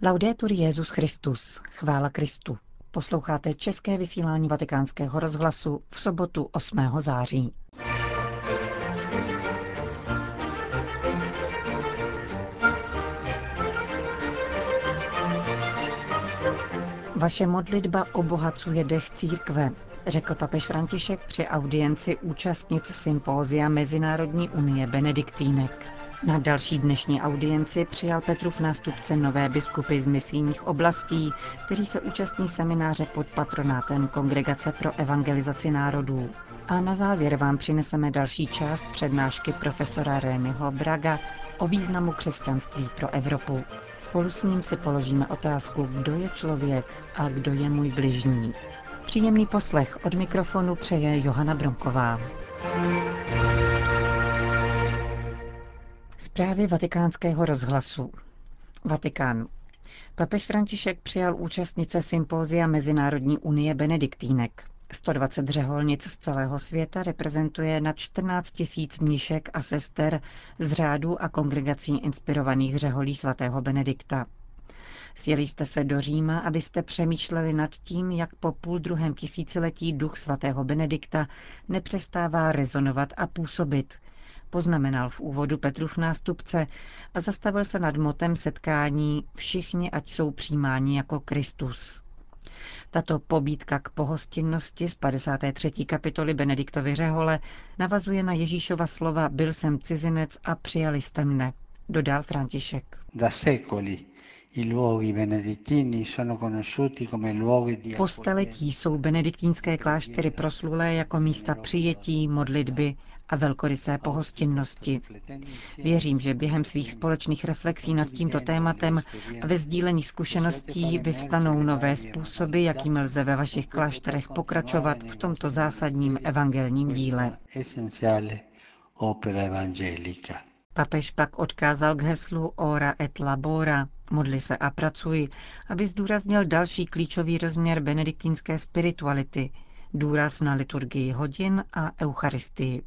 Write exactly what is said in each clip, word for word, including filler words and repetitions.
Laudetur Jesus Christus, chvála Kristu. Posloucháte české vysílání Vatikánského rozhlasu v sobotu osmého září. Vaše modlitba obohacuje dech církve, řekl papež František při audienci účastnic sympózia Mezinárodní unie benediktínek. Na další dnešní audienci přijal Petrův nástupce nové biskupy z misijních oblastí, kteří se účastní semináře pod patronátem Kongregace pro evangelizaci národů. A na závěr vám přineseme další část přednášky profesora Rémyho Braga o významu křesťanství pro Evropu. Spolu s ním si položíme otázku, kdo je člověk a kdo je můj bližní. Příjemný poslech od mikrofonu přeje Johana Bronková. Zprávy Vatikánského rozhlasu. Vatikán. Papež František přijal účastnice sympózia Mezinárodní unie benediktínek. sto dvacet řeholnic z celého světa reprezentuje na čtrnáct tisíc mnišek a sester z řádů a kongregací inspirovaných řeholí svatého Benedikta. Sjeli jste se do Říma, abyste přemýšleli nad tím, jak po půl druhém tisíciletí duch svatého Benedikta nepřestává rezonovat a působit, poznamenal v úvodu Petrův nástupce a zastavil se nad motem setkání Všichni ať jsou přijímáni jako Kristus. Tato pobídka k pohostinnosti z padesáté třetí kapitoly Benediktovy řehole navazuje na Ježíšova slova Byl jsem cizinec a přijali jste mne, dodal František. Po staletí jsou benediktínské kláštery proslulé jako místa přijetí, modlitby a velkorysé pohostinnosti. Věřím, že během svých společných reflexí nad tímto tématem a ve sdílení zkušeností vyvstanou nové způsoby, jakým lze ve vašich klášterech pokračovat v tomto zásadním evangelním díle. Papež pak odkázal k heslu Ora et labora, modli se a pracuj, aby zdůraznil další klíčový rozměr benediktínské spirituality, důraz na liturgii hodin a eucharistii.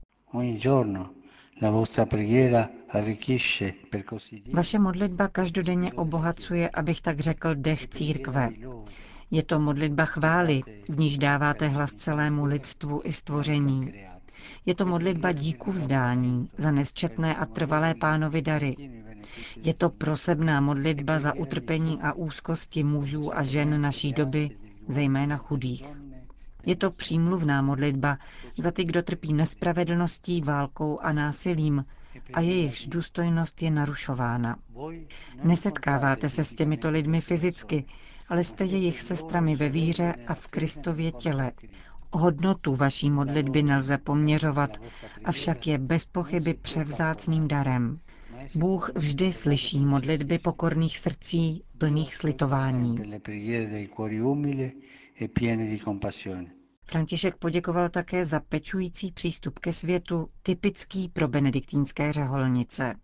Vaše modlitba každodenně obohacuje, abych tak řekl, dech církve. Je to modlitba chvály, v níž dáváte hlas celému lidstvu i stvoření. Je to modlitba díku vzdání za nesčetné a trvalé Pánovy dary. Je to prosebná modlitba za utrpení a úzkosti mužů a žen naší doby, zejména chudých. Je to přímluvná modlitba za ty, kdo trpí nespravedlností, válkou a násilím a jejichž důstojnost je narušována. Nesetkáváte se s těmito lidmi fyzicky, ale jste jejich sestrami ve víře a v Kristově těle. Hodnotu vaší modlitby nelze poměřovat, avšak je bez pochyby převzácným darem. Bůh vždy slyší modlitby pokorných srdcí, plných slitování. František poděkoval také za pečující přístup ke světu, typický pro benediktínské řeholnice.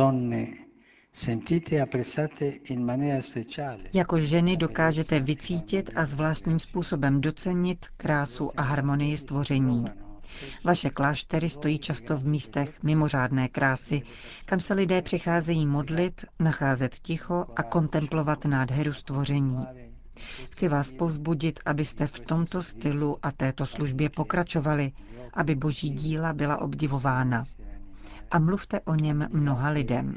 Jako ženy dokážete vycítit a zvláštním způsobem docenit krásu a harmonii stvoření. Vaše kláštery stojí často v místech mimořádné krásy, kam se lidé přicházejí modlit, nacházet ticho a kontemplovat nádheru stvoření. Chci vás povzbudit, abyste v tomto stylu a této službě pokračovali, aby boží díla byla obdivována. A mluvte o něm mnoha lidem.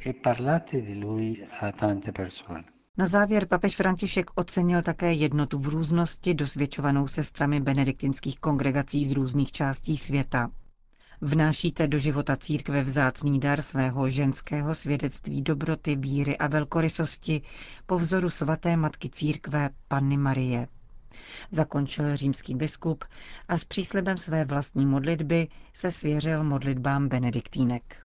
Na závěr papež František ocenil také jednotu v různosti dosvědčovanou sestrami benediktinských kongregací z různých částí světa. Vnášíte do života církve vzácný dar svého ženského svědectví dobroty, víry a velkorysosti po vzoru svaté matky církve Panny Marie. Zakončil římský biskup a s příslibem své vlastní modlitby se svěřil modlitbám benediktínek.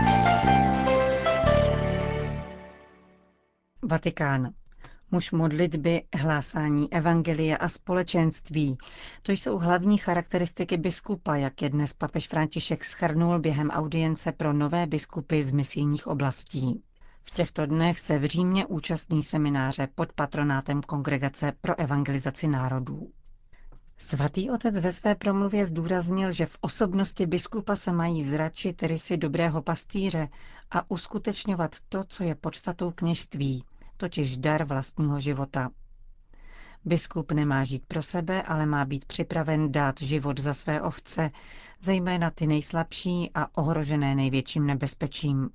Vatikán. Muž modlitby, hlásání evangelia a společenství. To jsou hlavní charakteristiky biskupa, jak je dnes papež František shrnul během audience pro nové biskupy z misijních oblastí. V těchto dnech se v Římě účastní semináře pod patronátem Kongregace pro evangelizaci národů. Svatý otec ve své promluvě zdůraznil, že v osobnosti biskupa se mají zračit rysy dobrého pastýře a uskutečňovat to, co je podstatou kněžství, totiž dar vlastního života. Biskup nemá žít pro sebe, ale má být připraven dát život za své ovce, zejména ty nejslabší a ohrožené největším nebezpečím.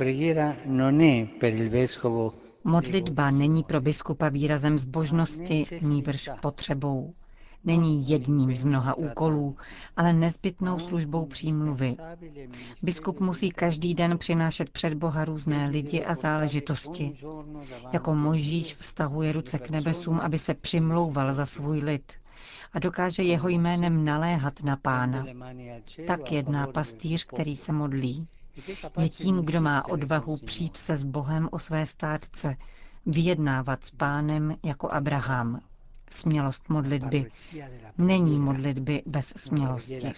Modlitba není pro biskupa výrazem zbožnosti, nýbrž potřebou. Není jedním z mnoha úkolů, ale nezbytnou službou přímluvy. Biskup musí každý den přinášet před Boha různé lidi a záležitosti. Jako Mojžíš vztahuje ruce k nebesům, aby se přimlouval za svůj lid a dokáže jeho jménem naléhat na Pána. Tak jedná pastýř, který se modlí. Je tím, kdo má odvahu přijít se s Bohem o své stádce, vyjednávat s Pánem jako Abraham. Smělost modlitby. Není modlitby bez smělosti.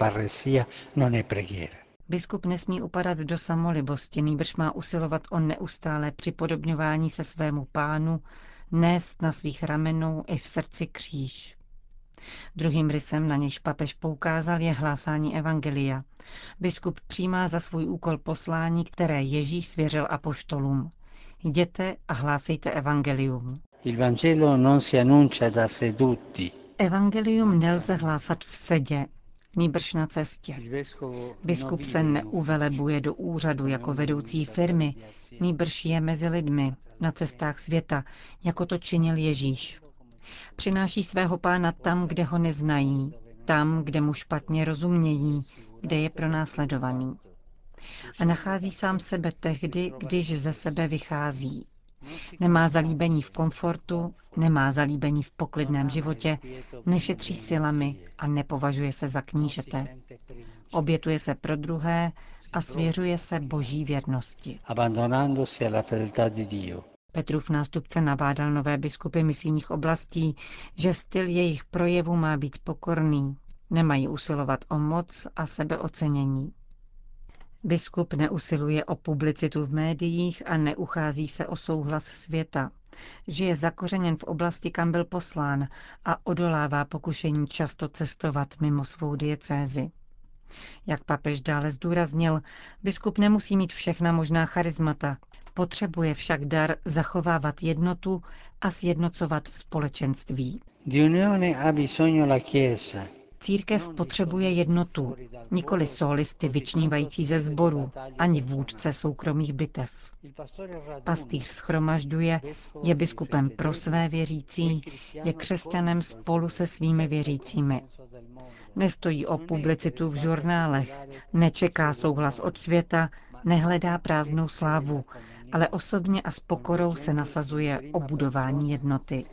Biskup nesmí upadat do samolibosti, nýbrž má usilovat o neustálé připodobňování se svému Pánu, nést na svých ramenou i v srdci kříž. Druhým rysem, na nějž papež poukázal, je hlásání evangelia. Biskup přijímá za svůj úkol poslání, které Ježíš svěřil apoštolům. Jděte a hlásejte evangelium. Evangelium nelze hlásat v sedě, nýbrž na cestě. Biskup se neuvelebuje do úřadu jako vedoucí firmy, nýbrž je mezi lidmi, na cestách světa, jako to činil Ježíš. Přináší svého Pána tam, kde ho neznají, tam, kde mu špatně rozumějí, kde je pronásledovaný. A nachází sám sebe tehdy, když ze sebe vychází. Nemá zalíbení v komfortu, nemá zalíbení v poklidném životě, nešetří silami a nepovažuje se za knížete. Obětuje se pro druhé a svěřuje se Boží věrnosti. Petrův nástupce nabádal nové biskupy misijních oblastí, že styl jejich projevu má být pokorný, nemají usilovat o moc a sebeocenění. Biskup neusiluje o publicitu v médiích a neuchází se o souhlas světa. Žije zakořeněn v oblasti, kam byl poslán a odolává pokušení často cestovat mimo svou diecézi. Jak papež dále zdůraznil, biskup nemusí mít všechna možná charismata, potřebuje však dar zachovávat jednotu a sjednocovat společenství. Církev potřebuje jednotu, nikoli solisty vyčnívající ze sboru, ani vůdce soukromých bitev. Pastýř shromažďuje, je biskupem pro své věřící, je křesťanem spolu se svými věřícími. Nestojí o publicitu v žurnálech, nečeká souhlas od světa, nehledá prázdnou slávu, ale osobně a s pokorou se nasazuje o budování jednoty.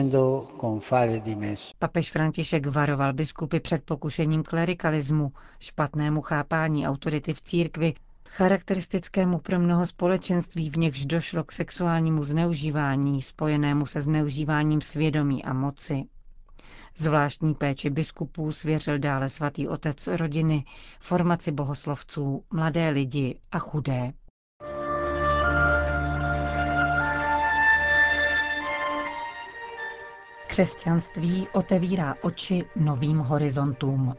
Papež František varoval biskupy před pokušením klerikalismu, špatnému chápání autority v církvi, charakteristickému pro mnoho společenství, v nichž došlo k sexuálnímu zneužívání, spojenému se zneužíváním svědomí a moci. Zvláštní péči biskupů svěřil dále svatý otec rodiny, formaci bohoslovců, mladé lidi a chudé. Křesťanství otevírá oči novým horizontům.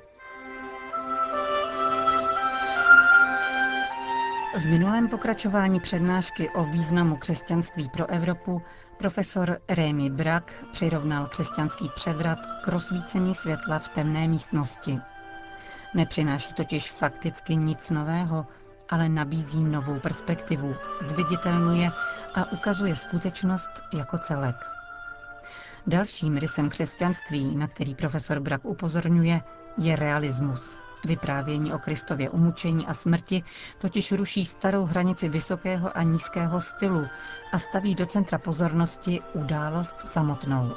V minulém pokračování přednášky o významu křesťanství pro Evropu profesor Rémy Brack přirovnal křesťanský převrat k rozsvícení světla v temné místnosti. Nepřináší totiž fakticky nic nového, ale nabízí novou perspektivu, zviditelňuje a ukazuje skutečnost jako celek. Dalším rysem křesťanství, na který profesor Brack upozorňuje, je realismus. Vyprávění o Kristově umučení a smrti totiž ruší starou hranici vysokého a nízkého stylu a staví do centra pozornosti událost samotnou.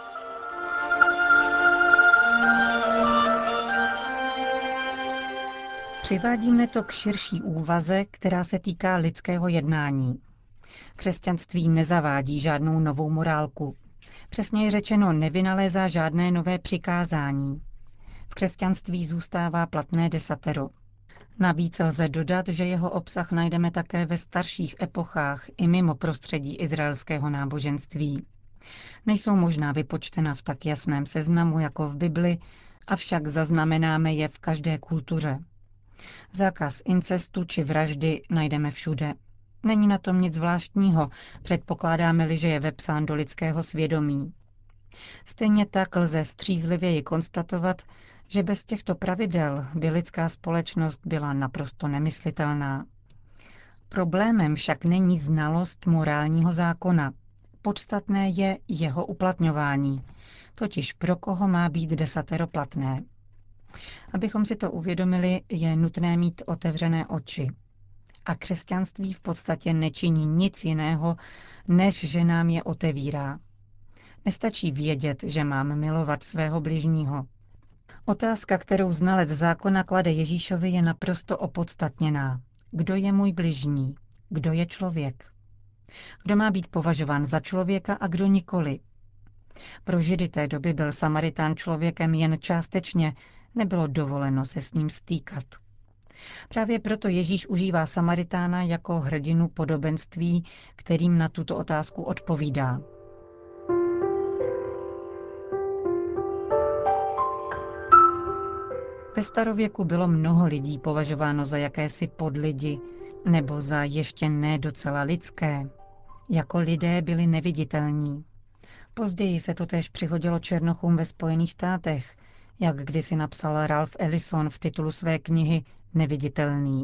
Přivádí mne to k širší úvaze, která se týká lidského jednání. Křesťanství nezavádí žádnou novou morálku. Přesněji řečeno, nevynalézá žádné nové přikázání. V křesťanství zůstává platné desatero. Navíc lze dodat, že jeho obsah najdeme také ve starších epochách i mimo prostředí izraelského náboženství. Nejsou možná vypočtena v tak jasném seznamu jako v Bibli, avšak zaznamenáme je v každé kultuře. Zákaz incestu či vraždy najdeme všude. Není na tom nic zvláštního, předpokládáme-li, že je vepsán do lidského svědomí. Stejně tak lze střízlivěji konstatovat, že bez těchto pravidel by lidská společnost byla naprosto nemyslitelná. Problémem však není znalost morálního zákona. Podstatné je jeho uplatňování, totiž pro koho má být desatero platné. Abychom si to uvědomili, je nutné mít otevřené oči. A křesťanství v podstatě nečiní nic jiného, než že nám je otevírá. Nestačí vědět, že mám milovat svého bližního. Otázka, kterou znalec zákona klade Ježíšovi, je naprosto opodstatněná. Kdo je můj bližní? Kdo je člověk? Kdo má být považován za člověka a kdo nikoli? Pro Židy té doby byl Samaritán člověkem jen částečně, nebylo dovoleno se s ním stýkat. Právě proto Ježíš užívá Samaritána jako hrdinu podobenství, kterým na tuto otázku odpovídá. Ve starověku bylo mnoho lidí považováno za jakési podlidi nebo za ještě ne docela lidské. Jako lidé byli neviditelní. Později se to též přihodilo černochům ve Spojených státech, jak kdysi napsal Ralph Ellison v titulu své knihy Neviditelný.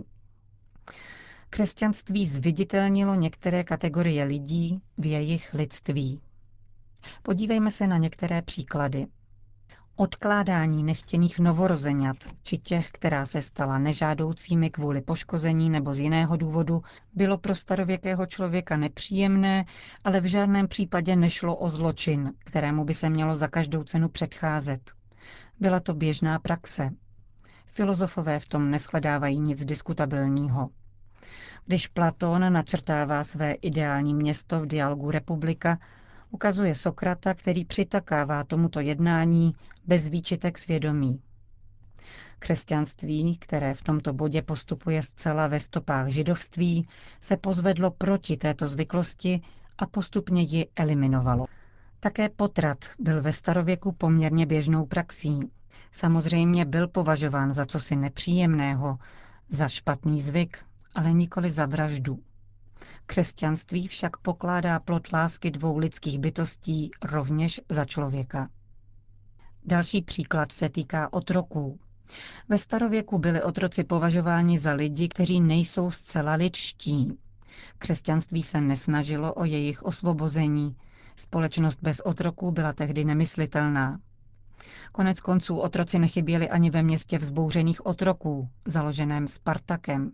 Křesťanství zviditelnilo některé kategorie lidí v jejich lidství. Podívejme se na některé příklady. Odkládání nechtěných novorozeňat, či těch, která se stala nežádoucími kvůli poškození nebo z jiného důvodu, bylo pro starověkého člověka nepříjemné, ale v žádném případě nešlo o zločin, kterému by se mělo za každou cenu předcházet. Byla to běžná praxe. Filozofové v tom neshledávají nic diskutabilního. Když Platón načrtává své ideální město v dialogu Republika, ukazuje Sokrata, který přitakává tomuto jednání bez výčitek svědomí. Křesťanství, které v tomto bodě postupuje zcela ve stopách židovství, se pozvedlo proti této zvyklosti a postupně ji eliminovalo. Také potrat byl ve starověku poměrně běžnou praxí. Samozřejmě byl považován za cosi nepříjemného, za špatný zvyk, ale nikoli za vraždu. Křesťanství však pokládá plod lásky dvou lidských bytostí rovněž za člověka. Další příklad se týká otroků. Ve starověku byli otroci považováni za lidi, kteří nejsou zcela lidští. Křesťanství se nesnažilo o jejich osvobození. Společnost bez otroků byla tehdy nemyslitelná. Konec konců otroci nechyběli ani ve městě vzbouřených otroků, založeném Spartakem.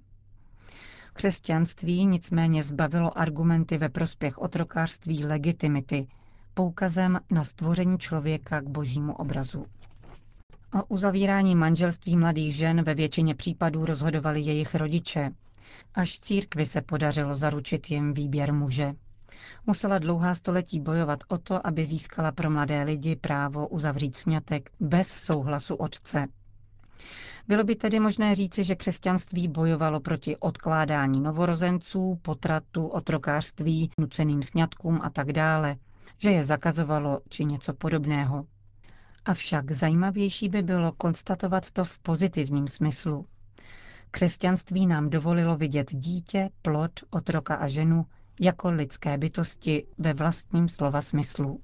Křesťanství nicméně zbavilo argumenty ve prospěch otrokářství legitimity, poukazem na stvoření člověka k božímu obrazu. O uzavírání manželství mladých žen ve většině případů rozhodovali jejich rodiče. Až církvi se podařilo zaručit jim výběr muže. Musela dlouhá století bojovat o to, aby získala pro mladé lidi právo uzavřít sňatek bez souhlasu otce. Bylo by tedy možné říci, že křesťanství bojovalo proti odkládání novorozenců, potratu, otrokářství, nuceným sňatkům a tak dále, že je zakazovalo či něco podobného. Avšak zajímavější by bylo konstatovat to v pozitivním smyslu. Křesťanství nám dovolilo vidět dítě, plod, otroka a ženu jako lidské bytosti ve vlastním slova smyslu.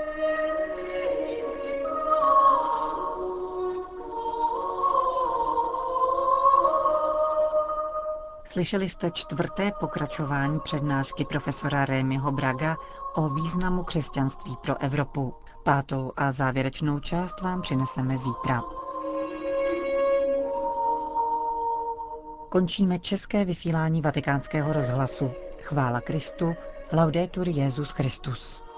Slyšeli jste čtvrté pokračování přednášky profesora Rémyho Braga o významu křesťanství pro Evropu. Pátou a závěrečnou část vám přineseme zítra. Končíme české vysílání Vatikánského rozhlasu. Chvála Kristu, laudetur Jesus Christus.